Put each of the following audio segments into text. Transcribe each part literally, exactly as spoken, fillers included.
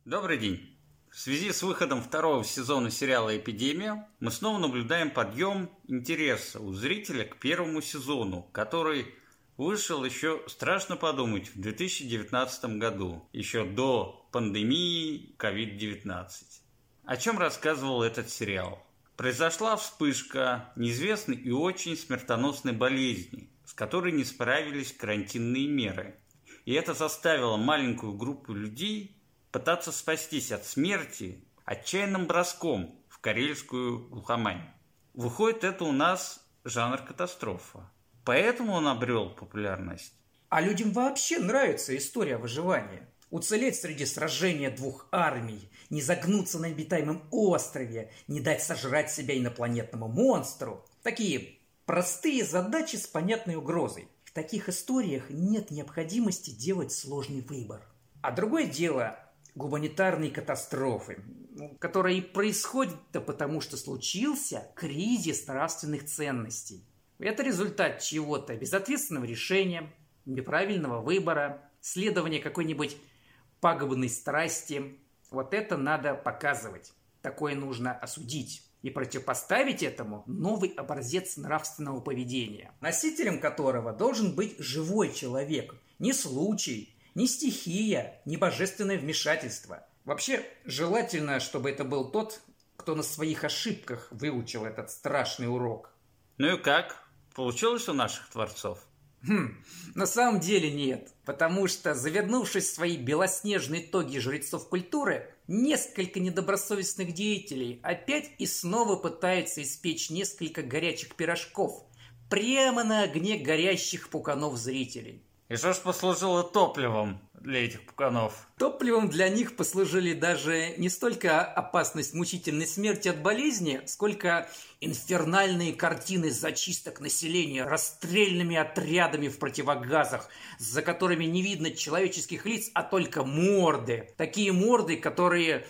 Добрый день. В связи с выходом второго сезона сериала «Эпидемия» мы снова наблюдаем подъем интереса у зрителя к первому сезону, который вышел еще, страшно подумать, в две тысячи девятнадцатом году, еще до пандемии ковид девятнадцать. О чем рассказывал этот сериал? Произошла вспышка неизвестной и очень смертоносной болезни, с которой не справились карантинные меры. И это заставило маленькую группу людей пытаться спастись от смерти отчаянным броском в карельскую глухомань. Выходит, это у нас жанр катастрофа. Поэтому он обрел популярность. А людям вообще нравится история выживания. Уцелеть среди сражения двух армий, не загнуться на обитаемом острове, не дать сожрать себя инопланетному монстру. Такие простые задачи с понятной угрозой. В таких историях нет необходимости делать сложный выбор. А другое дело – гуманитарные катастрофы, которые происходят-то потому, что случился кризис нравственных ценностей. Это результат чего-то безответственного решения, неправильного выбора, следования какой-нибудь пагубной страсти. Вот это надо показывать. Такое нужно осудить. И противопоставить этому новый образец нравственного поведения, носителем которого должен быть живой человек, не случай, не стихия, не божественное вмешательство. Вообще, желательно, чтобы это был тот, кто на своих ошибках выучил этот страшный урок. Ну и как? Получилось у наших творцов? Хм, на самом деле нет, потому что, завернувшись в свои белоснежные тоги жрецов культуры, несколько недобросовестных деятелей опять и снова пытаются испечь несколько горячих пирожков прямо на огне горящих пуканов зрителей. И что ж послужило топливом для этих пуканов? Топливом для них послужили даже не столько опасность мучительной смерти от болезни, сколько инфернальные картины зачисток населения расстрельными отрядами в противогазах, за которыми не видно человеческих лиц, а только морды. Такие морды, которые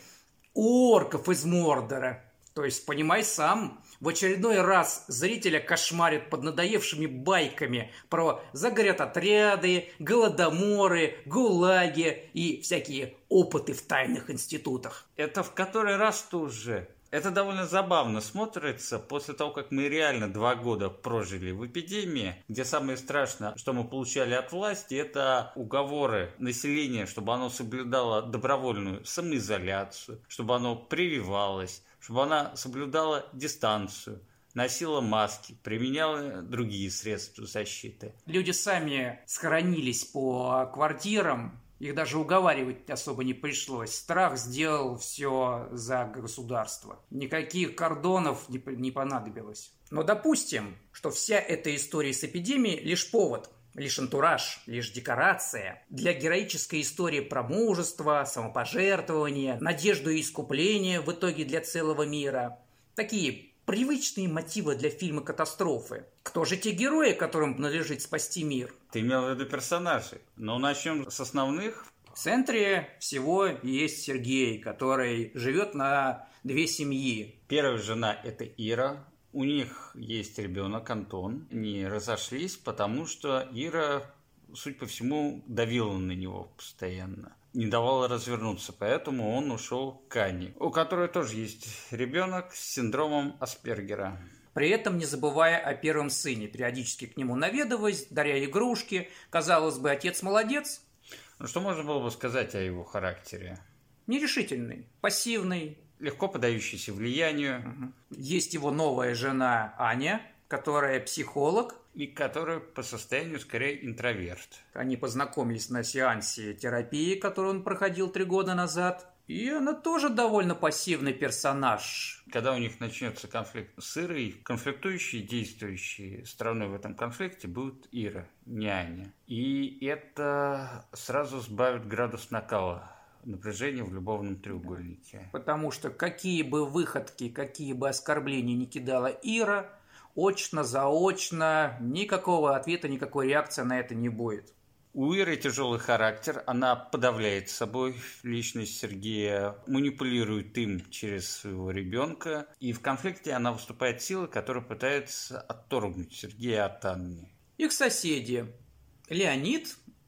у орков из Мордора. То есть, понимай сам, в очередной раз зрителя кошмарят под надоевшими байками про заградотряды, голодоморы, гулаги и всякие опыты в тайных институтах. Это в который раз-то уже? Это довольно забавно смотрится после того, как мы реально два года прожили в эпидемии, где самое страшное, что мы получали от власти, это уговоры населения, чтобы оно соблюдало добровольную самоизоляцию, чтобы оно прививалось, чтобы она соблюдала дистанцию, носила маски, применяла другие средства защиты. Люди сами схоронились по квартирам, их даже уговаривать особо не пришлось. Страх сделал все за государство. Никаких кордонов не, не понадобилось. Но допустим, что вся эта история с эпидемией лишь повод, лишь антураж, лишь декорация для героической истории про мужество, самопожертвование, надежду и искупление в итоге для целого мира. Такие привычные мотивы для фильма «Катастрофы». Кто же те герои, которым надлежит спасти мир? Ты имел в виду персонажей. Но начнем с основных. В центре всего есть Сергей, который живет на две семьи. Первая жена – это Ира. У них есть ребенок Антон. Они разошлись, потому что Ира, судя по всему, давила на него постоянно. Не давала развернуться, поэтому он ушел к Ане, у которой тоже есть ребенок с синдромом Аспергера. При этом не забывая о первом сыне, периодически к нему наведываясь, даря игрушки. Казалось бы, отец молодец. Ну что можно было бы сказать о его характере? Нерешительный, пассивный. Легко поддающийся влиянию. Угу. Есть его новая жена Аня, которая психолог. И который по состоянию скорее интроверт. Они познакомились на сеансе терапии, который он проходил три года назад. И она тоже довольно пассивный персонаж. Когда у них начнется конфликт с Ирой, конфликтующей, действующей стороной в этом конфликте будет Ира, не Аня. И это сразу сбавит градус накала, напряжения в любовном треугольнике. Потому что какие бы выходки, какие бы оскорбления ни кидала Ира, очно, заочно, никакого ответа, никакой реакции на это не будет. У Иры тяжелый характер, она подавляет собой личность Сергея, манипулирует им через своего ребенка, и в конфликте она выступает силой, которая пытается отторгнуть Сергея от Анны. Их соседи Леонид,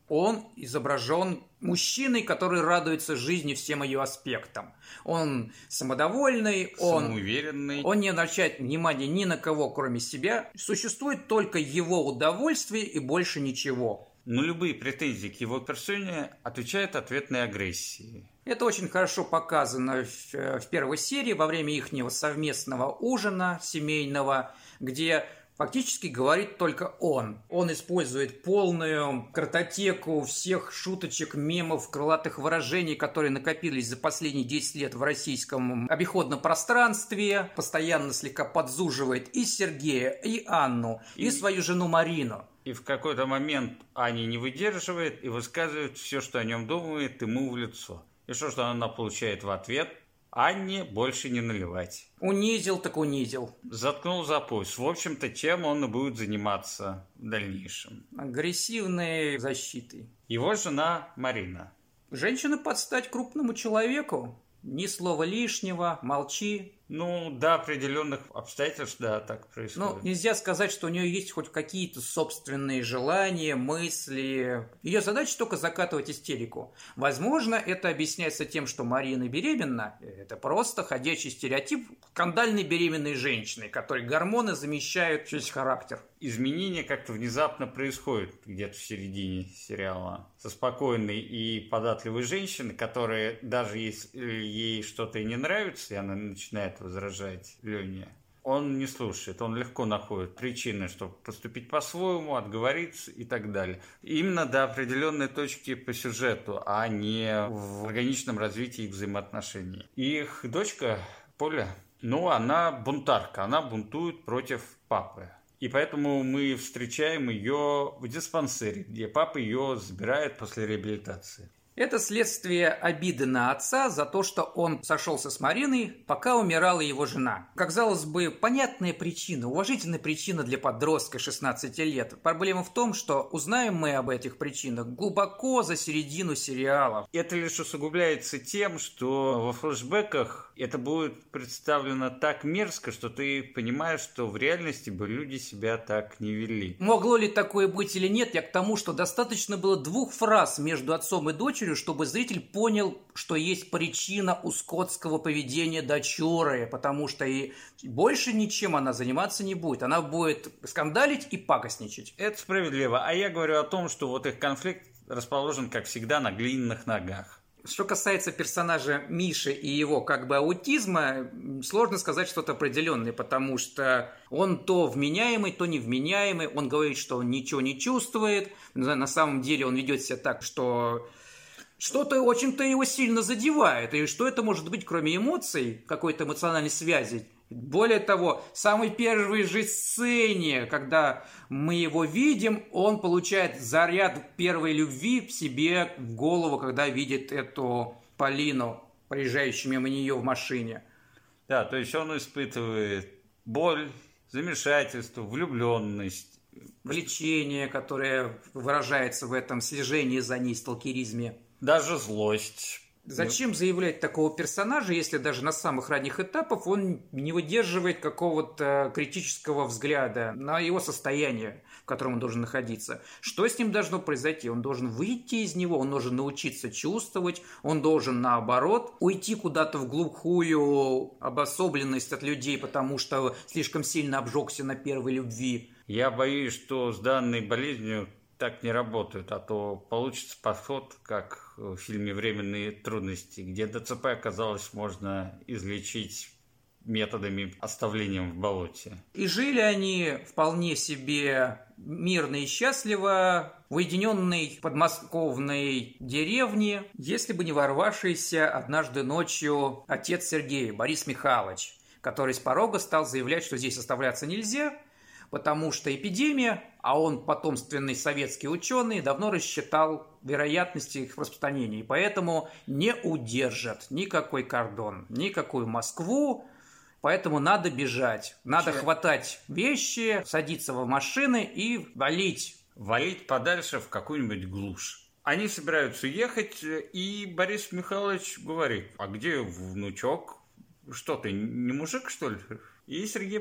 Он изображен мужчиной, который радуется жизни всем ее аспектам. Он самодовольный, он самоуверенный. Он не обращает внимания ни на кого, кроме себя. Существует только его удовольствие и больше ничего. На любые претензии к его персоне отвечает ответной агрессией. Это очень хорошо показано в, в первой серии во время их совместного ужина семейного, где фактически говорит только он. Он использует полную картотеку всех шуточек, мемов, крылатых выражений, которые накопились за последние десять лет в российском обиходном пространстве. Постоянно слегка подзуживает и Сергея, и Анну, и, и свою жену Марину. И в какой-то момент Аня не выдерживает и высказывает все, что о нем думает, ему в лицо. И что, что она получает в ответ? Анне больше не наливать. Унизил так унизил. Заткнул за пояс. В общем-то, чем он и будет заниматься в дальнейшем. Агрессивной защитой. Его жена Марина. Женщина под стать крупному человеку. Ни слова лишнего, молчи. Ну, до определенных обстоятельств, да, так происходит. Ну, нельзя сказать, что у нее есть хоть какие-то собственные желания, мысли. Ее задача только закатывать истерику. Возможно, это объясняется тем, что Марина беременна. Это просто ходячий стереотип скандальной беременной женщины, которой гормоны замещают весь характер. Изменения как-то внезапно происходят где-то в середине сериала. Со спокойной и податливой женщиной, которая, даже если ей что-то и не нравится, и она начинает возражать Лене, он не слушает, он легко находит причины, чтобы поступить по-своему, отговориться и так далее. Именно до определенной точки по сюжету, а не в органичном развитии их взаимоотношений. Их дочка Поля, ну, она бунтарка, она бунтует против папы. И поэтому мы встречаем ее в диспансере, где папа ее забирает после реабилитации. Это следствие обиды на отца за то, что он сошелся с Мариной, пока умирала его жена. Казалось бы, понятная причина, уважительная причина для подростка шестнадцати лет. Проблема в том, что узнаем мы об этих причинах глубоко за середину сериала. Это лишь усугубляется тем, что во флешбеках это будет представлено так мерзко, что ты понимаешь, что в реальности бы люди себя так не вели. Могло ли такое быть или нет, я к тому, что достаточно было двух фраз между отцом и дочерью, чтобы зритель понял, что есть причина у скотского поведения дочуры, потому что и больше ничем она заниматься не будет. Она будет скандалить и пакостничать. Это справедливо. А я говорю о том, что вот их конфликт расположен, как всегда, на глиняных ногах. Что касается персонажа Миши и его как бы аутизма, сложно сказать что-то определенное, потому что он то вменяемый, то невменяемый. Он говорит, что он ничего не чувствует. На самом деле он ведет себя так, что что-то очень-то его сильно задевает. И что это может быть, кроме эмоций, какой-то эмоциональной связи? Более того, в самой первой же сцене, когда мы его видим, он получает заряд первой любви в себе в голову, когда видит эту Полину, проезжающую мимо нее в машине. Да, то есть он испытывает боль, замешательство, влюбленность. Влечение, которое выражается в этом слежении за ней, сталкеризме. Даже злость. Зачем заявлять такого персонажа, если даже на самых ранних этапах он не выдерживает какого-то критического взгляда на его состояние, в котором он должен находиться? Что с ним должно произойти? Он должен выйти из него, он должен научиться чувствовать, он должен, наоборот, уйти куда-то в глухую обособленность от людей, потому что слишком сильно обжегся на первой любви. Я боюсь, что с данной болезнью так не работают, а то получится подход, как в фильме «Временные трудности», где ДЦП, оказалось, можно излечить методами оставления в болоте. И жили они вполне себе мирно и счастливо в уединенной подмосковной деревне, если бы не ворвавшийся однажды ночью отец Сергея, Борис Михайлович, который с порога стал заявлять, что здесь оставляться нельзя, потому что эпидемия, а он потомственный советский ученый, давно рассчитал вероятности их распространения, и поэтому не удержат никакой кордон, никакую Москву, поэтому надо бежать, надо Че? хватать вещи, садиться в машины и валить. Валить подальше в какую-нибудь глушь. Они собираются ехать, и Борис Михайлович говорит: а где внучок? Что ты, не мужик, что ли? И Сергей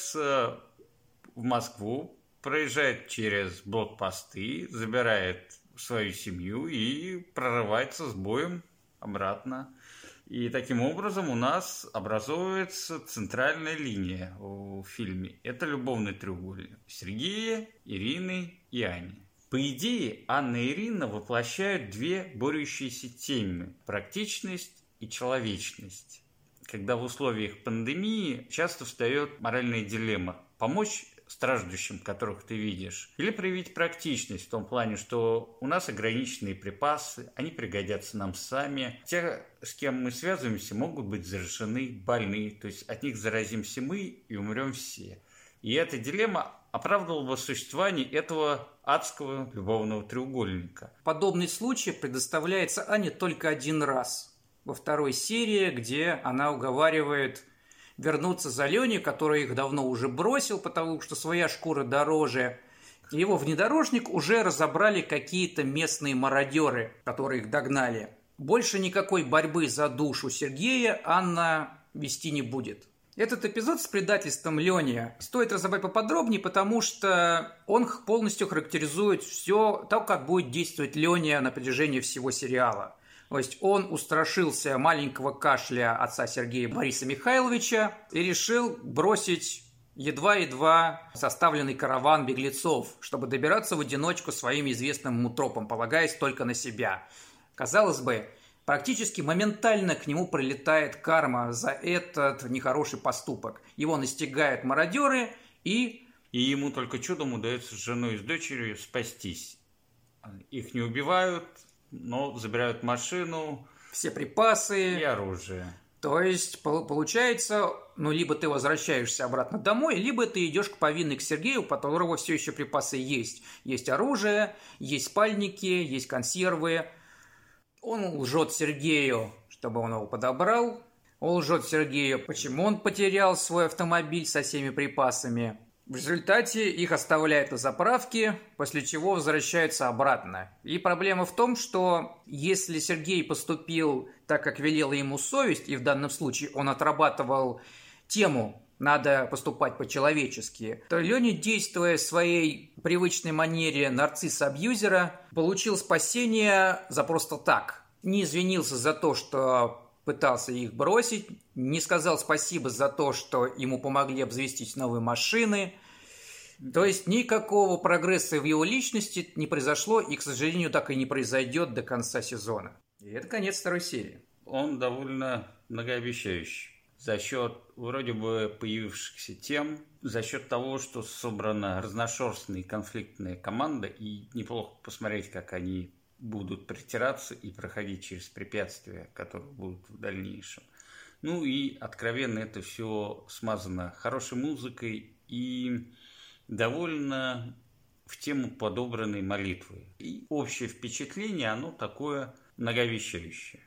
подрывается в Москву, проезжает через блокпосты, забирает свою семью и прорывается с боем обратно. И таким образом у нас образовывается центральная линия в фильме. Это любовный треугольник Сергея, Ирины и Ани. По идее, Анна и Ирина воплощают две борющиеся темы – практичность и человечность. Когда в условиях пандемии часто встает моральная дилемма – помочь страждущим, которых ты видишь, или проявить практичность в том плане, что у нас ограниченные припасы, они пригодятся нам сами. Те, с кем мы связываемся, могут быть заражены, больны, то есть от них заразимся мы и умрем все. И эта дилемма оправдывала бы существование этого адского любовного треугольника. Подобный случай предоставляется Ане только один раз. Во второй серии, где она уговаривает вернуться за Леней, который их давно уже бросил, потому что своя шкура дороже. Его внедорожник уже разобрали какие-то местные мародеры, которые их догнали. Больше никакой борьбы за душу Сергея Анна вести не будет. Этот эпизод с предательством Лени стоит разобрать поподробнее, потому что он полностью характеризует все то, как будет действовать Леня на протяжении всего сериала. То есть он устрашился маленького кашля отца Сергея Бориса Михайловича и решил бросить едва-едва составленный караван беглецов, чтобы добираться в одиночку своим известным тропам, полагаясь только на себя. Казалось бы, практически моментально к нему прилетает карма за этот нехороший поступок. Его настигают мародеры и... И ему только чудом удается с женой и с дочерью спастись. Их не убивают, но забирают машину, все припасы и оружие. То есть, получается, ну, либо ты возвращаешься обратно домой, либо ты идешь к повинной к Сергею, у которого все еще припасы есть. Есть оружие, есть спальники, есть консервы. Он лжет Сергею, чтобы он его подобрал. Он лжет Сергею, почему он потерял свой автомобиль со всеми припасами. В результате их оставляют на заправке, после чего возвращаются обратно. И проблема в том, что если Сергей поступил так, как велела ему совесть, и в данном случае он отрабатывал тему «надо поступать по-человечески», то Леня, действуя в своей привычной манере нарцисса-абьюзера, получил спасение за просто так. Не извинился за то, что пытался их бросить, не сказал спасибо за то, что ему помогли обзавестись новые машины. То есть никакого прогресса в его личности не произошло и, к сожалению, так и не произойдет до конца сезона. И это конец второй серии. Он довольно многообещающий. За счет вроде бы появившихся тем, за счет того, что собрана разношерстная конфликтная команда, и неплохо посмотреть, как они будут притираться и проходить через препятствия, которые будут в дальнейшем. Ну и откровенно это все смазано хорошей музыкой и довольно в тему подобранной молитвы. И общее впечатление, оно такое многовещающее.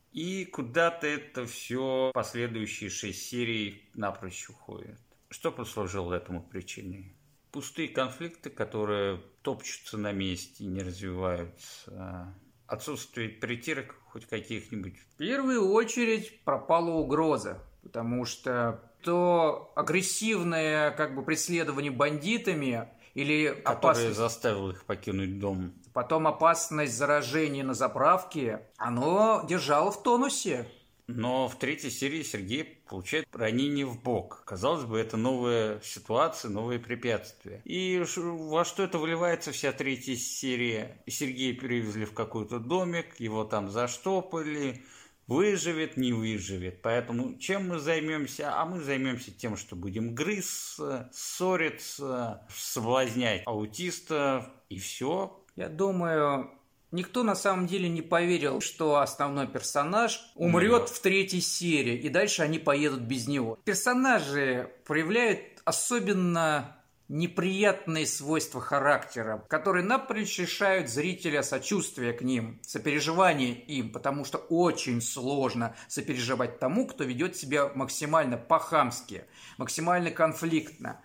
И куда-то это все последующие шесть серий напрочь уходит. Что послужило этому причиной? Пустые конфликты, которые топчутся на месте и не развиваются. Отсутствие притирок хоть каких-нибудь. В первую очередь пропала угроза, потому что то агрессивное как бы преследование бандитами или которое заставило их покинуть дом. Потом опасность заражения на заправке, оно держало в тонусе. Но в третьей серии Сергей получает ранение в бок. Казалось бы, это новая ситуация, новые препятствия. И во что это выливается вся третья серия? Сергея перевезли в какой-то домик, его там заштопали, выживет, не выживет. Поэтому чем мы займемся? А мы займемся тем, что будем грызться, ссориться, соблазнять аутистов и все. Я думаю... Никто на самом деле не поверил, что основной персонаж умрет в третьей серии, и дальше они поедут без него. Персонажи проявляют особенно неприятные свойства характера, которые напрочь лишают зрителя сочувствия к ним, сопереживания им, потому что очень сложно сопереживать тому, кто ведет себя максимально по-хамски, максимально конфликтно.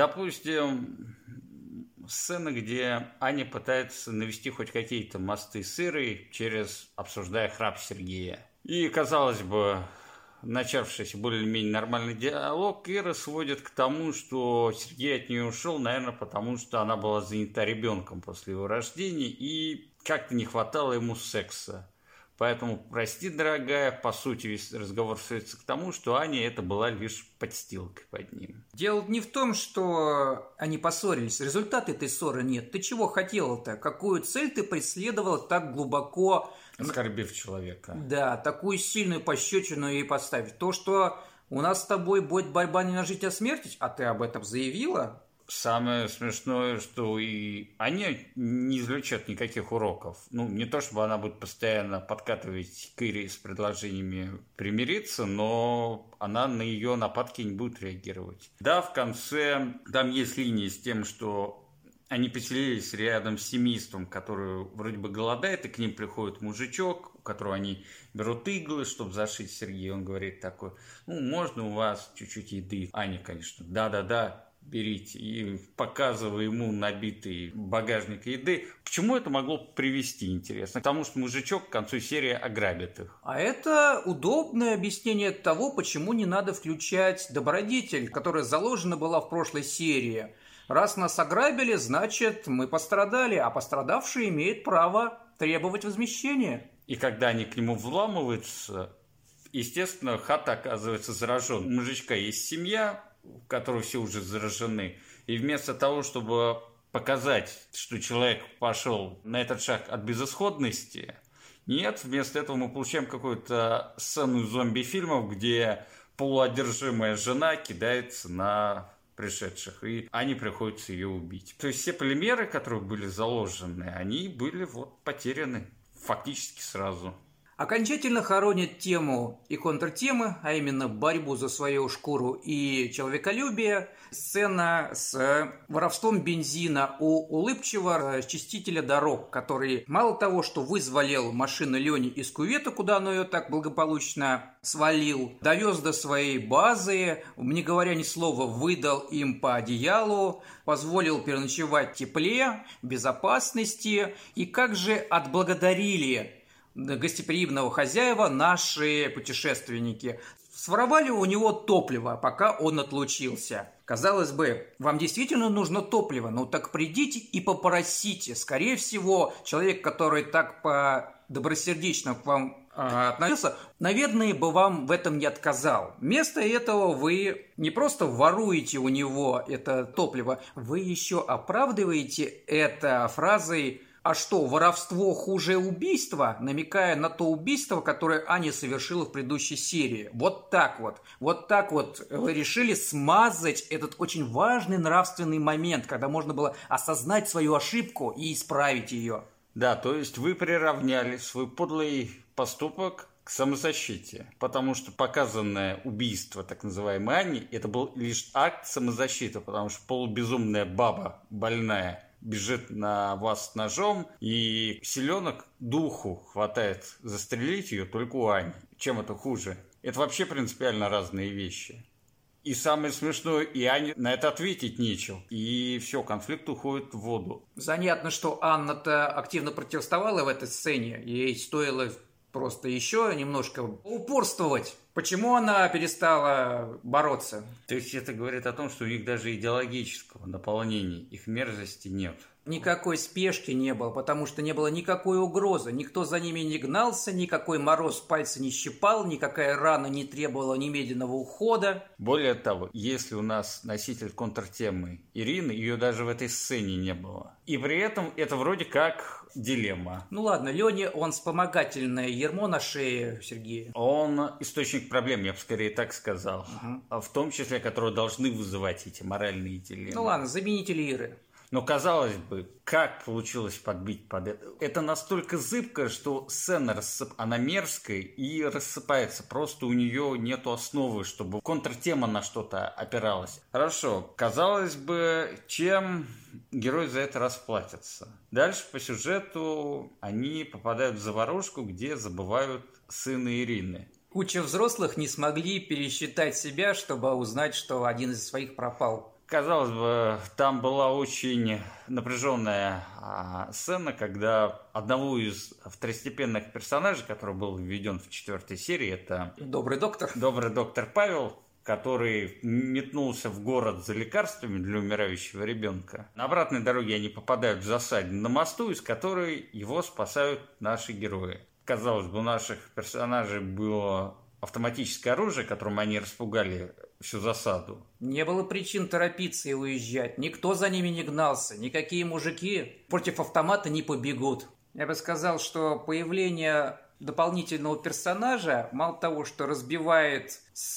Допустим, сцена, где Аня пытается навести хоть какие-то мосты с Ирой, через обсуждая храп Сергея. И, казалось бы, начавшийся более-менее нормальный диалог, Ира сводит к тому, что Сергей от нее ушел, наверное, потому что она была занята ребенком после его рождения, и как-то не хватало ему секса. Поэтому, прости, дорогая, по сути, весь разговор сводится к тому, что Аня это была лишь подстилкой под ним. Дело не в том, что они поссорились. Результата этой ссоры нет. Ты чего хотела-то? Какую цель ты преследовала так глубоко... Оскорбив человека. Да, такую сильную пощечину ей поставить. То, что у нас с тобой будет борьба не на жить, а смерть, а ты об этом заявила... Самое смешное, что и Аня не извлечет никаких уроков. Ну, не то, чтобы она будет постоянно подкатывать к Ире с предложениями примириться, но она на ее нападки не будет реагировать. Да, в конце там есть линия с тем, что они поселились рядом с семейством, которое вроде бы голодает, и к ним приходит мужичок, у которого они берут иглы, чтобы зашить Сергея. Он говорит такой: ну, можно у вас чуть-чуть еды? Аня, конечно, да-да-да. Берите, и показывая ему набитый багажник еды. К чему это могло привести, интересно? К тому, что мужичок к концу серии ограбит их. А это удобное объяснение того, почему не надо включать добродетель, которая заложена была в прошлой серии. Раз нас ограбили, значит, мы пострадали, а пострадавший имеет право требовать возмещения. И когда они к нему вламываются, естественно, хата оказывается заражена. У мужичка есть семья, в которой все уже заражены. И вместо того, чтобы показать, что человек пошел на этот шаг от безысходности, нет, вместо этого мы получаем какую-то сцену зомби-фильмов, где полуодержимая жена кидается на пришедших, и они приходится ее убить. То есть все полимеры, которые были заложены, они были вот потеряны фактически сразу. Окончательно хоронит тему и контртемы, а именно борьбу за свою шкуру и человеколюбие, сцена с воровством бензина у улыбчивого чистителя дорог, который мало того, что вызволил машину Лени из кювета, куда он ее так благополучно свалил, довез до своей базы, не говоря ни слова, выдал им по одеялу, позволил переночевать в тепле, безопасности, и как же отблагодарили гостеприимного хозяева наши путешественники. Своровали у него топливо, пока он отлучился. Казалось бы, вам действительно нужно топливо, ну так придите и попросите. Скорее всего, человек, который так по-добросердечно к вам э, относился, наверное, бы вам в этом не отказал. Вместо этого вы не просто воруете у него это топливо, вы еще оправдываете это фразой: а что, воровство хуже убийства? Намекая на то убийство, которое Аня совершила в предыдущей серии. Вот так вот. Вот так вот вы решили смазать этот очень важный нравственный момент, когда можно было осознать свою ошибку и исправить ее. Да, то есть вы приравняли свой подлый поступок к самозащите, потому что показанное убийство так называемой Ани – это был лишь акт самозащиты, потому что полубезумная баба, больная, бежит на вас с ножом, и силенок духу хватает застрелить ее только у Ани. Чем это хуже? Это вообще принципиально разные вещи. И самое смешное, и Ане на это ответить нечего. И все, конфликт уходит в воду. Занятно, что Анна-то активно протестовала в этой сцене. Ей стоило просто еще немножко упорствовать. Почему она перестала бороться? То есть это говорит о том, что у них даже идеологического наполнения, их мерзости нет. Никакой спешки не было, потому что не было никакой угрозы. Никто за ними не гнался, никакой мороз пальцы не щипал, никакая рана не требовала немедленного ухода. Более того, если у нас носитель контртемы Ирины, ее даже в этой сцене не было. И при этом это вроде как дилемма. Ну ладно, Леня, он вспомогательное ярмо на шее Сергея. Он источник проблем, я бы скорее так сказал. Угу. В том числе, которые должны вызывать эти моральные дилеммы. Ну ладно, заменитель Иры. Но, казалось бы, как получилось подбить под это? Это настолько зыбко, что сцена рассып... она мерзкая и рассыпается. Просто у нее нет основы, чтобы контртема на что-то опиралась. Хорошо, казалось бы, чем герой за это расплатится? Дальше по сюжету они попадают в заварушку, где забывают сына Ирины. Куча взрослых не смогли пересчитать себя, чтобы узнать, что один из своих пропал. Казалось бы, там была очень напряженная а, сцена, когда одного из второстепенных персонажей, который был введен в четвертой серии, это Добрый доктор. Добрый доктор Павел, который метнулся в город за лекарствами для умирающего ребенка. На обратной дороге они попадают в засаду на мосту, из которой его спасают наши герои. Казалось бы, у наших персонажей было автоматическое оружие, которым они распугали всю засаду. Не было причин торопиться и уезжать. Никто за ними не гнался. Никакие мужики против автомата не побегут. Я бы сказал, что появление дополнительного персонажа, мало того, что разбивает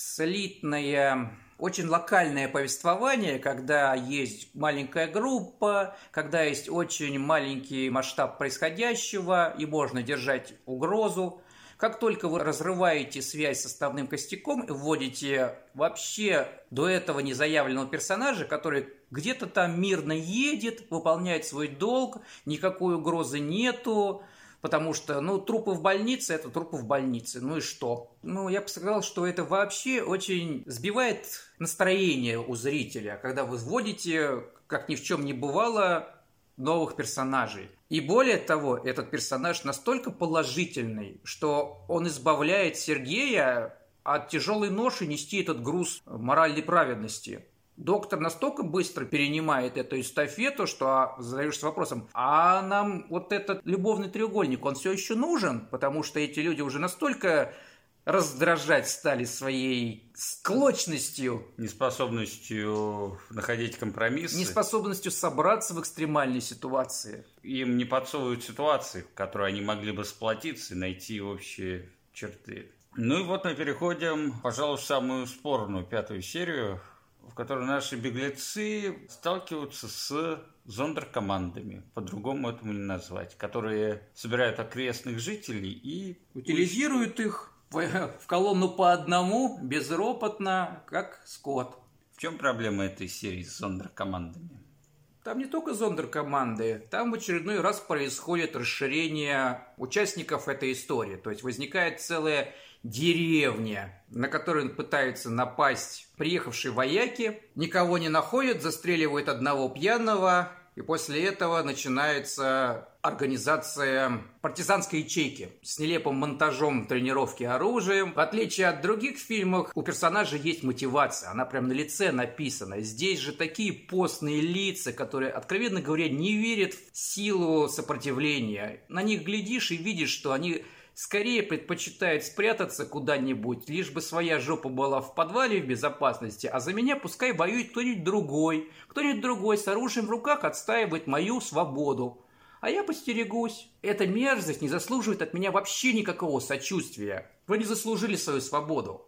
слитное, очень локальное повествование, когда есть маленькая группа, когда есть очень маленький масштаб происходящего и можно держать угрозу. Как только вы разрываете связь с основным костяком и вводите вообще до этого незаявленного персонажа, который где-то там мирно едет, выполняет свой долг, никакой угрозы нету, потому что, ну, трупы в больнице – это трупы в больнице, ну и что? Ну, я бы сказал, что это вообще очень сбивает настроение у зрителя, когда вы вводите, как ни в чем не бывало, новых персонажей. И более того, этот персонаж настолько положительный, что он избавляет Сергея от тяжелой ноши нести этот груз моральной праведности. Доктор настолько быстро перенимает эту эстафету, что задаешься вопросом, а нам вот этот любовный треугольник, он все еще нужен? Потому что эти люди уже настолько раздражать стали своей склочностью, неспособностью находить компромиссы, неспособностью собраться в экстремальной ситуации. Им не подсовывают ситуации, в которой они могли бы сплотиться и найти общие черты. Ну и вот мы переходим, пожалуй, в самую спорную пятую серию, в которой наши беглецы сталкиваются с зондеркомандами, по-другому этому не назвать, которые собирают окрестных жителей и утилизируют их в колонну по одному, безропотно, как скот. В чем проблема этой серии с зондеркомандами? Там не только зондеркоманды, там в очередной раз происходит расширение участников этой истории. То есть возникает целая деревня, на которую пытаются напасть приехавшие вояки, никого не находят, застреливают одного пьяного, и после этого начинается организация партизанской ячейки с нелепым монтажом тренировки оружием. В отличие от других фильмов, у персонажа есть мотивация, она прям на лице написана. Здесь же такие постные лица, которые, откровенно говоря, не верят в силу сопротивления. На них глядишь и видишь, что они скорее предпочитают спрятаться куда-нибудь, лишь бы своя жопа была в подвале в безопасности, а за меня пускай воюет кто-нибудь другой. Кто-нибудь другой с оружием в руках отстаивает мою свободу. А я постерегусь. Эта мерзость не заслуживает от меня вообще никакого сочувствия. Вы не заслужили свою свободу.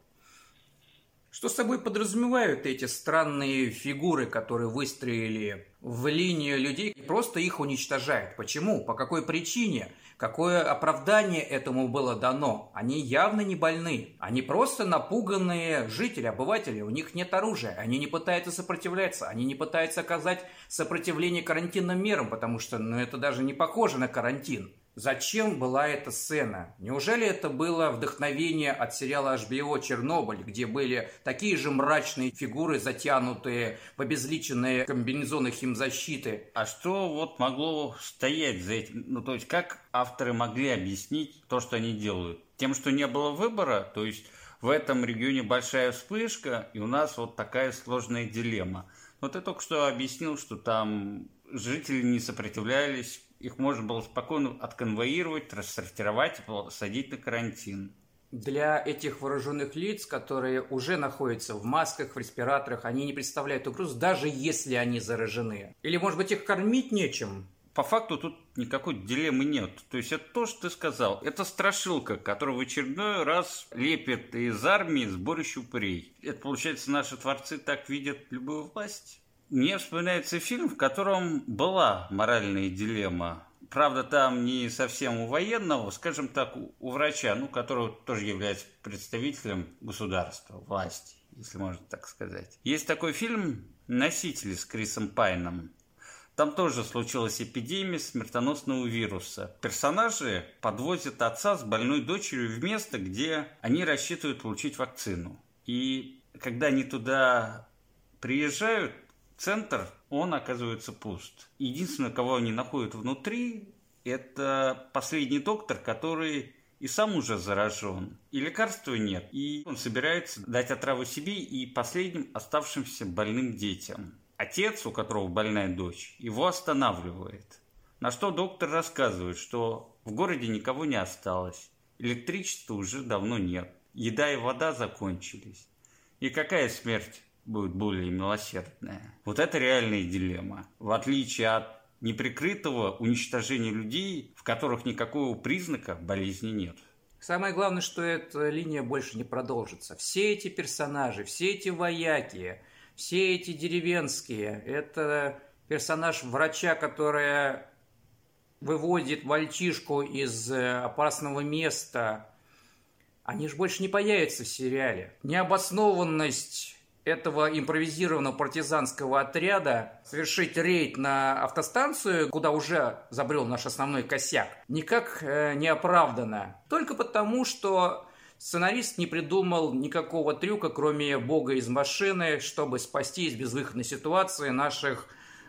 Что собой подразумевают эти странные фигуры, которые выстроили в линию людей и просто их уничтожают? Почему? По какой причине? Какое оправдание этому было дано? Они явно не больны. Они просто напуганные жители, обыватели. У них нет оружия. Они не пытаются сопротивляться. Они не пытаются оказать сопротивление карантинным мерам, потому что ну, это даже не похоже на карантин. Зачем была эта сцена? Неужели это было вдохновение от сериала эйч би о «Чернобыль», где были такие же мрачные фигуры, затянутые в обезличенные комбинезоны химзащиты? А что вот могло стоять за этим? Ну, то есть, как авторы могли объяснить то, что они делают? Тем, что не было выбора, то есть в этом регионе большая вспышка, и у нас вот такая сложная дилемма. Вот ты только что объяснил, что там жители не сопротивлялись, их можно было спокойно отконвоировать, рассортировать и посадить на карантин. Для этих вооруженных лиц, которые уже находятся в масках, в респираторах, они не представляют угрозу, даже если они заражены. Или, может быть, их кормить нечем? По факту тут никакой дилеммы нет. То есть это то, что ты сказал. Это страшилка, которую в очередной раз лепит из армии сборище упырей. Это, получается, наши творцы так видят любую власть? Мне вспоминается фильм, в котором была моральная дилемма. Правда, там не совсем у военного, скажем так, у врача, ну, который тоже является представителем государства, власти, если можно так сказать. Есть такой фильм «Носители» с Крисом Пайном. Там тоже случилась эпидемия смертоносного вируса. Персонажи подвозят отца с больной дочерью в место, где они рассчитывают получить вакцину. И когда они туда приезжают, центр, он оказывается пуст. Единственное, кого они находят внутри, это последний доктор, который и сам уже заражен, и лекарства нет, и он собирается дать отраву себе и последним оставшимся больным детям. Отец, у которого больная дочь, его останавливает. На что доктор рассказывает, что в городе никого не осталось, электричества уже давно нет, еда и вода закончились. И какая смерть будет более милосердная? Вот это реальная дилемма. В отличие от неприкрытого уничтожения людей, в которых никакого признака болезни нет. Самое главное, что эта линия больше не продолжится. Все эти персонажи, все эти вояки, все эти деревенские, это персонаж врача, которая выводит мальчишку из опасного места, они же больше не появятся в сериале. Необоснованность этого импровизированного партизанского отряда совершить рейд на автостанцию, куда уже забрел наш основной косяк, никак э, не оправдана. Только потому, что сценарист не придумал никакого трюка, кроме бога из машины, чтобы спасти из безвыходной ситуации наших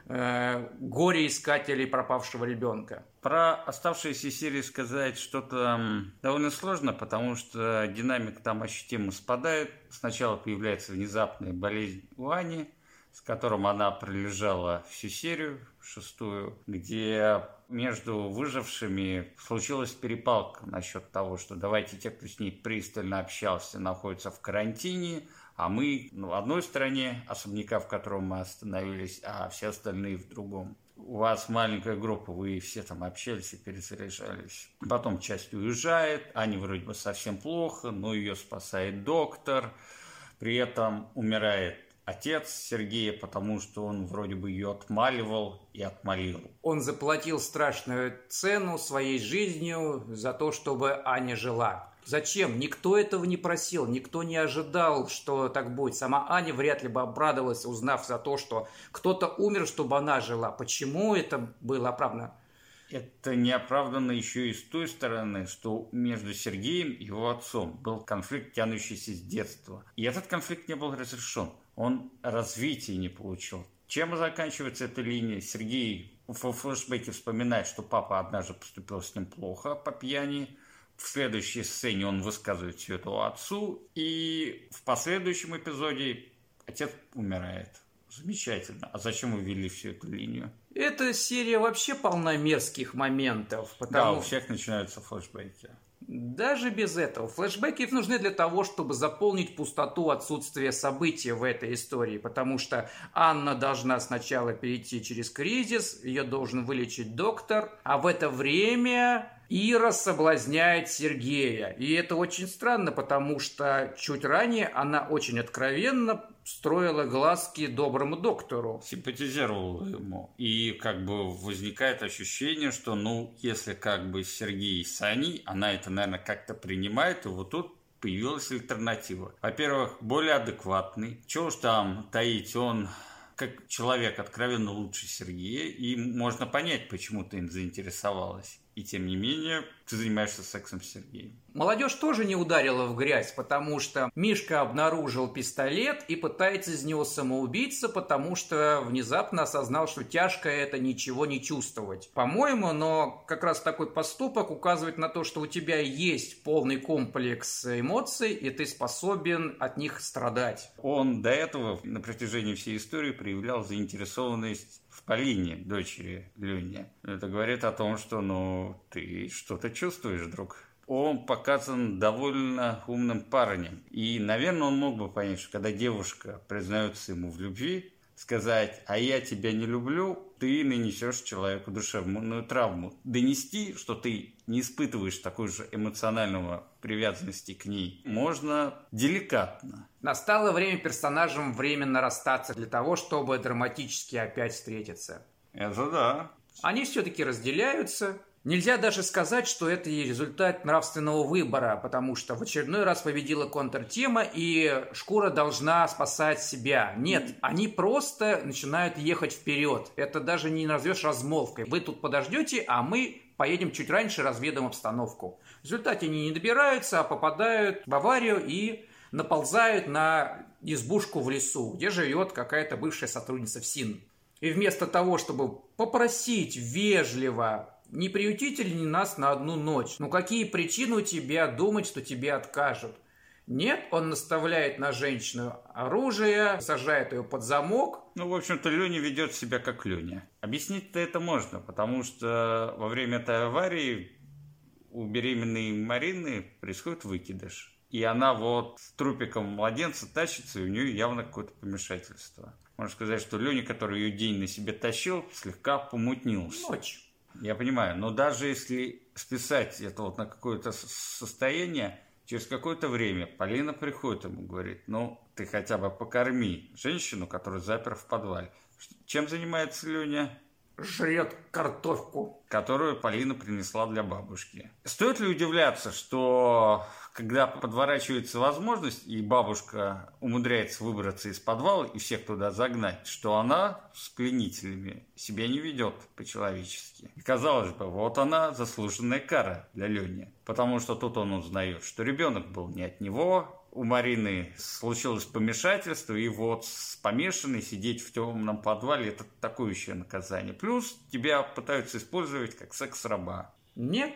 э, горе-искателей пропавшего ребенка. Про оставшиеся серии сказать что-то довольно сложно, потому что динамика там ощутимо спадает. Сначала появляется внезапная болезнь у Ани, с которым она пролежала всю серию, шестую, где между выжившими случилась перепалка насчет того, что давайте те, кто с ней пристально общался, находятся в карантине, а мы ну, в одной стороне особняка, в котором мы остановились, а все остальные в другом. У вас маленькая группа, вы все там общались и перезаряжались. Потом часть уезжает, Ане вроде бы совсем плохо, но ее спасает доктор. При этом умирает отец Сергея, потому что он вроде бы ее отмаливал и отмолил. Он заплатил страшную цену своей жизнью за то, чтобы Аня жила. Зачем? Никто этого не просил, никто не ожидал, что так будет. Сама Аня вряд ли бы обрадовалась, узнав за то, что кто-то умер, чтобы она жила. Почему это было оправдано? Это неоправданно еще и с той стороны, что между Сергеем и его отцом был конфликт, тянущийся с детства. И этот конфликт не был разрешен. Он развития не получил. Чем заканчивается эта линия? Сергей в флешбеке вспоминает, что папа однажды поступил с ним плохо по пьяни. В следующей сцене он высказывает все это отцу. И в последующем эпизоде отец умирает. Замечательно. А зачем вы ввели всю эту линию? Эта серия вообще полна мерзких моментов. Потому... Да, у всех начинаются флешбеки. Даже без этого. Флешбеки нужны для того, чтобы заполнить пустоту отсутствия событий в этой истории. Потому что Анна должна сначала перейти через кризис, ее должен вылечить доктор. А в это время Ира соблазняет Сергея. И это очень странно, потому что чуть ранее она очень откровенно строила глазки доброму доктору. Симпатизировала ему. И как бы возникает ощущение, что, ну, если как бы Сергей с Аней, она это, наверное, как-то принимает, и вот тут появилась альтернатива. Во-первых, более адекватный. Чего уж там таить, он как человек откровенно лучше Сергея, и можно понять, почему ты им заинтересовалась. И тем не менее, ты занимаешься сексом с Сергеем. Молодежь тоже не ударила в грязь, потому что Мишка обнаружил пистолет и пытается из него самоубийца, потому что внезапно осознал, что тяжко это ничего не чувствовать. По-моему, но как раз такой поступок указывает на то, что у тебя есть полный комплекс эмоций, и ты способен от них страдать. Он до этого на протяжении всей истории проявлял заинтересованность в Полине, дочери Лёни. Это говорит о том, что, ну, ты что-то чувствуешь, друг. Он показан довольно умным парнем. И, наверное, он мог бы понять, что когда девушка признается ему в любви, сказать: «А я тебя не люблю», ты нанесешь человеку душевную травму. Донести, что ты не испытываешь такой же эмоционального привязанности к ней, можно деликатно. Настало время персонажам временно расстаться для того, чтобы драматически опять встретиться. Это да. Они все-таки разделяются. Нельзя даже сказать, что это и результат нравственного выбора, потому что в очередной раз победила контртема, и шкура должна спасать себя. Нет, они просто начинают ехать вперед. Это даже не назовешь размолвкой. Вы тут подождете, а мы поедем чуть раньше, разведаем обстановку. В результате они не добираются, а попадают в аварию и наползают на избушку в лесу, где живет какая-то бывшая сотрудница ФСИН. И вместо того, чтобы попросить вежливо Не приютите ли нас на одну ночь? Ну какие причины у тебя думать, что тебе откажут? Нет, он наставляет на женщину оружие, сажает ее под замок. Ну, в общем-то, Леня ведет себя как Леня. Объяснить-то это можно, потому что во время этой аварии у беременной Марины происходит выкидыш. И она вот с трупиком младенца тащится, и у нее явно какое-то помешательство. Можно сказать, что Леня, который ее день на себе тащил, слегка помутнился. Ночь. Я понимаю, но даже если списать это вот на какое-то состояние, через какое-то время Полина приходит ему и говорит: ну, ты хотя бы покорми женщину, которую запер в подвале. Чем занимается Леня? Жрет картошку, которую Полина принесла для бабушки. Стоит ли удивляться, что когда подворачивается возможность, и бабушка умудряется выбраться из подвала и всех туда загнать, что она с пленителями себя не ведет по-человечески. И казалось бы, вот она заслуженная кара для Лени. Потому что тут он узнает, что ребенок был не от него, у Марины случилось помешательство, и вот с помешанной сидеть в темном подвале – это такое еще наказание. Плюс тебя пытаются использовать как секс-раба. Нет,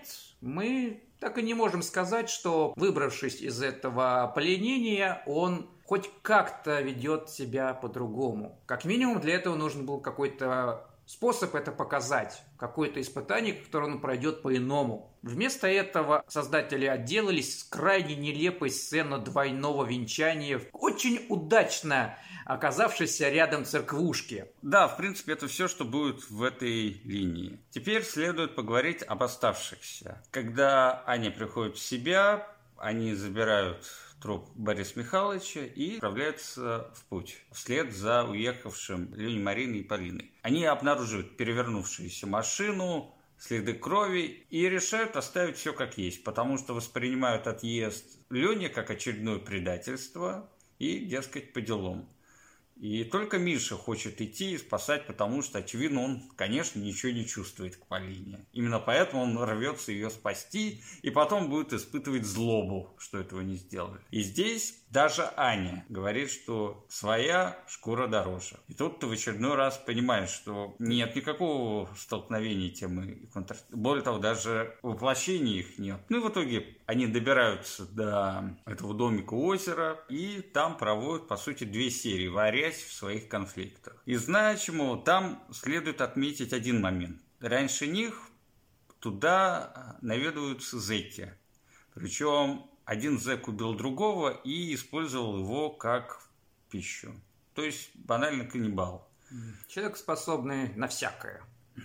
мы так и не можем сказать, что, выбравшись из этого пленения, он хоть как-то ведет себя по-другому. Как минимум для этого нужен был какой-то способ это показать, какое-то испытание, которое он пройдет по-иному. Вместо этого создатели отделались с крайне нелепой сценой двойного венчания, очень удачно оказавшейся рядом церквушки. Да, в принципе, это все, что будет в этой линии. Теперь следует поговорить об оставшихся. Когда Аня приходит в себя, они забирают труп Бориса Михайловича и отправляются в путь вслед за уехавшим Леней, Мариной и Полиной. Они обнаруживают перевернувшуюся машину, следы крови и решают оставить все как есть, потому что воспринимают отъезд Лени как очередное предательство и, дескать, по делам. И только Миша хочет идти и спасать, потому что, очевидно, он, конечно, ничего не чувствует к Полине. Именно поэтому он рвется ее спасти и потом будет испытывать злобу, что этого не сделали. И здесь даже Аня говорит, что своя шкура дороже. И тут ты в очередной раз понимаешь, что нет никакого столкновения темы и контраст. Более того, даже воплощения их нет. Ну и в итоге они добираются до этого домика у озера и там проводят, по сути, две серии, варясь в своих конфликтах. И значимо, там следует отметить один момент. Раньше них туда наведываются зэки. Причем один зэк убил другого и использовал его как пищу. То есть банально каннибал. Человек, способный на всякое.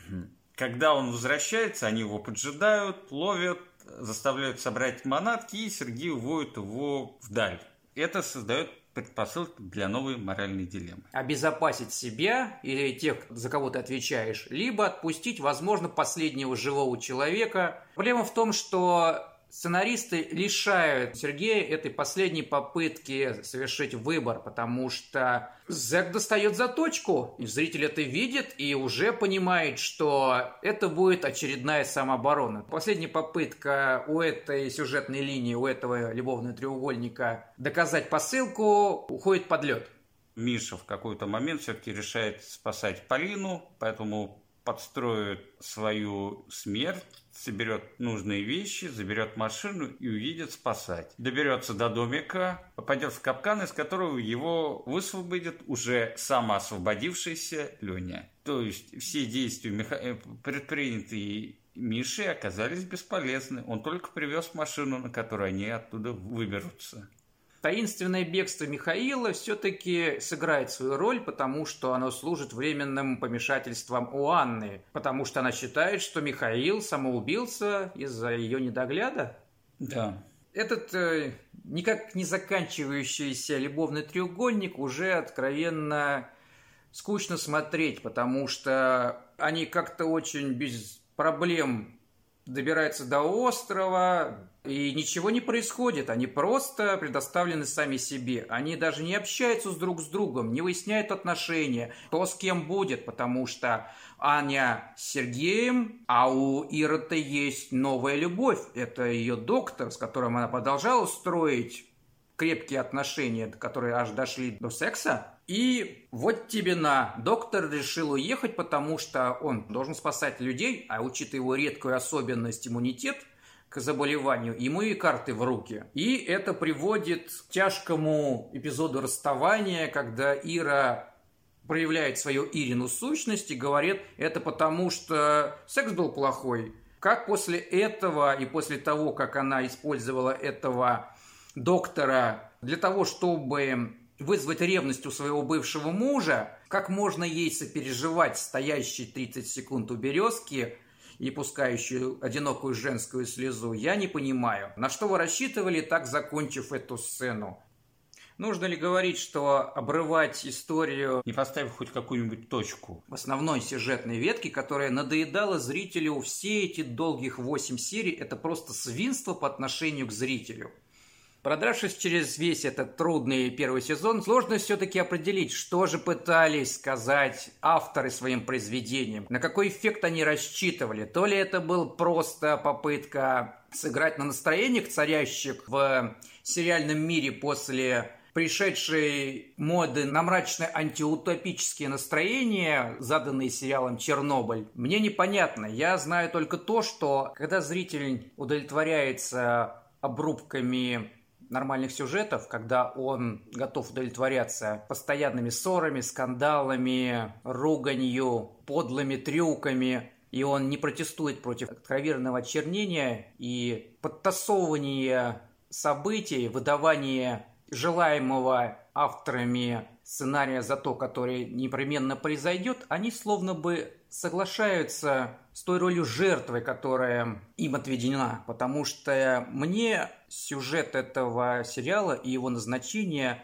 Когда он возвращается, они его поджидают, ловят, заставляют собрать манатки, и Сергей уводит его вдаль. Это создает предпосылки для новой моральной дилеммы. Обезопасить себя или тех, за кого ты отвечаешь, либо отпустить, возможно, последнего живого человека. Проблема в том, что сценаристы лишают Сергея этой последней попытки совершить выбор, потому что зэк достает заточку, и зритель это видит и уже понимает, что это будет очередная самооборона. Последняя попытка у этой сюжетной линии, у этого любовного треугольника доказать посылку уходит под лед. Миша в какой-то момент все-таки решает спасать Полину, поэтому подстроит свою смерть, соберет нужные вещи, заберет машину и уедет спасать. Доберется до домика, попадет в капкан, из которого его высвободит уже самоосвободившийся Леня. То есть все действия, меха... предпринятые Мишей, оказались бесполезны. Он только привез машину, на которой они оттуда выберутся. Таинственное бегство Михаила все-таки сыграет свою роль, потому что оно служит временным помешательством у Анны, потому что она считает, что Михаил самоубился из-за ее недогляда. Да. Этот э, никак не заканчивающийся любовный треугольник уже откровенно скучно смотреть, потому что они как-то очень без проблем добираются до острова, и ничего не происходит. Они просто предоставлены сами себе. Они даже не общаются с друг с другом, не выясняют отношения, кто с кем будет, потому что Аня с Сергеем, а у Иры-то есть новая любовь. Это ее доктор, с которым она продолжала строить крепкие отношения, которые аж дошли до секса. И вот тебе на. Доктор решил уехать, потому что он должен спасать людей, а учитывая его редкую особенность иммунитет к заболеванию, ему и карты в руки. И это приводит к тяжкому эпизоду расставания, когда Ира проявляет свою Ирину сущность и говорит, это потому что секс был плохой. Как после этого и после того, как она использовала этого доктора для того, чтобы вызвать ревность у своего бывшего мужа, как можно ей сопереживать стоящей тридцать секунд у березки и пускающую одинокую женскую слезу, я не понимаю. На что вы рассчитывали, так закончив эту сцену? Нужно ли говорить, что обрывать историю, не поставив хоть какую-нибудь точку в основной сюжетной ветке, которая надоедала зрителю все эти долгих восемь серий, это просто свинство по отношению к зрителю. Продравшись через весь этот трудный первый сезон, сложно все-таки определить, что же пытались сказать авторы своим произведением, на какой эффект они рассчитывали. То ли это был просто попытка сыграть на настроениях, царящих в сериальном мире после пришедшей моды на мрачные антиутопические настроения, заданные сериалом «Чернобыль», мне непонятно. Я знаю только то, что когда зритель удовлетворяется обрубками нормальных сюжетов, когда он готов удовлетворяться постоянными ссорами, скандалами, руганью, подлыми трюками, и он не протестует против откровенного очернения и подтасовывания событий, выдавания желаемого авторами сценария за то, который непременно произойдет, они словно бы соглашаются с той ролью жертвы, которая им отведена, потому что мне сюжет этого сериала и его назначение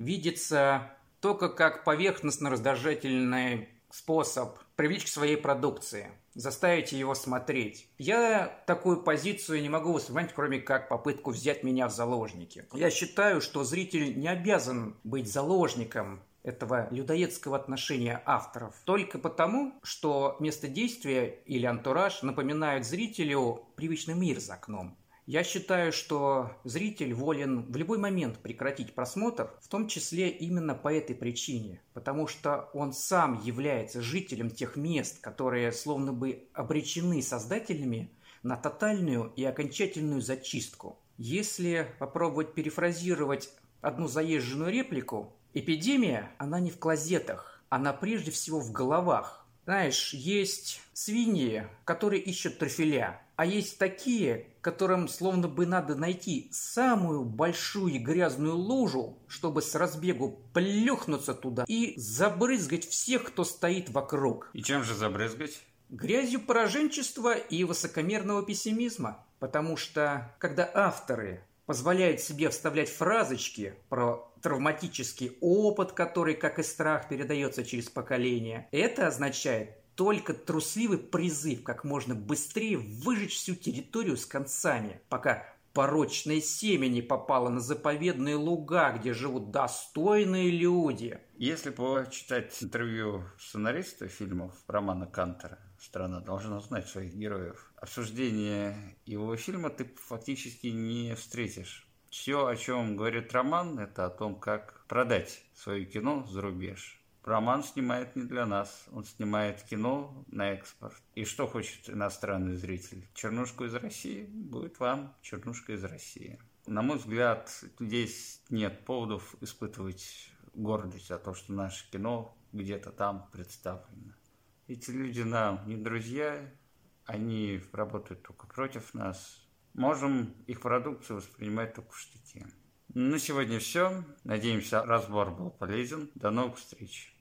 видится только как поверхностно-раздражительный способ привлечь к своей продукции, заставить его смотреть. Я такую позицию не могу воспринимать, кроме как попытку взять меня в заложники. Я считаю, что зритель не обязан быть заложником этого людоедского отношения авторов только потому, что место действия или антураж напоминают зрителю привычный мир за окном. Я считаю, что зритель волен в любой момент прекратить просмотр, в том числе именно по этой причине, потому что он сам является жителем тех мест, которые словно бы обречены создателями на тотальную и окончательную зачистку. Если попробовать перефразировать одну заезженную реплику, эпидемия, она не в клозетах, она прежде всего в головах. Знаешь, есть свиньи, которые ищут трюфеля, а есть такие, которым словно бы надо найти самую большую и грязную лужу, чтобы с разбегу плюхнуться туда и забрызгать всех, кто стоит вокруг. И чем же забрызгать? Грязью пораженчества и высокомерного пессимизма. Потому что, когда авторы позволяют себе вставлять фразочки про травматический опыт, который, как и страх, передается через поколения, это означает только трусливый призыв как можно быстрее выжечь всю территорию с концами, пока порочное семя не попало на заповедные луга, где живут достойные люди. Если почитать интервью сценариста фильмов романа Кантера «Страна должна знать своих героев», обсуждение его фильма ты фактически не встретишь. Все, о чем говорит Роман, это о том, как продать свое кино за рубеж. Роман снимает не для нас, он снимает кино на экспорт. И что хочет иностранный зритель? Чернушку из России? Будет вам чернушка из России. На мой взгляд, здесь нет поводов испытывать гордость за то, что наше кино где-то там представлено. Эти люди нам не друзья, они работают только против нас. Можем их продукцию воспринимать только в штыки. На сегодня все. Надеемся, разбор был полезен. До новых встреч.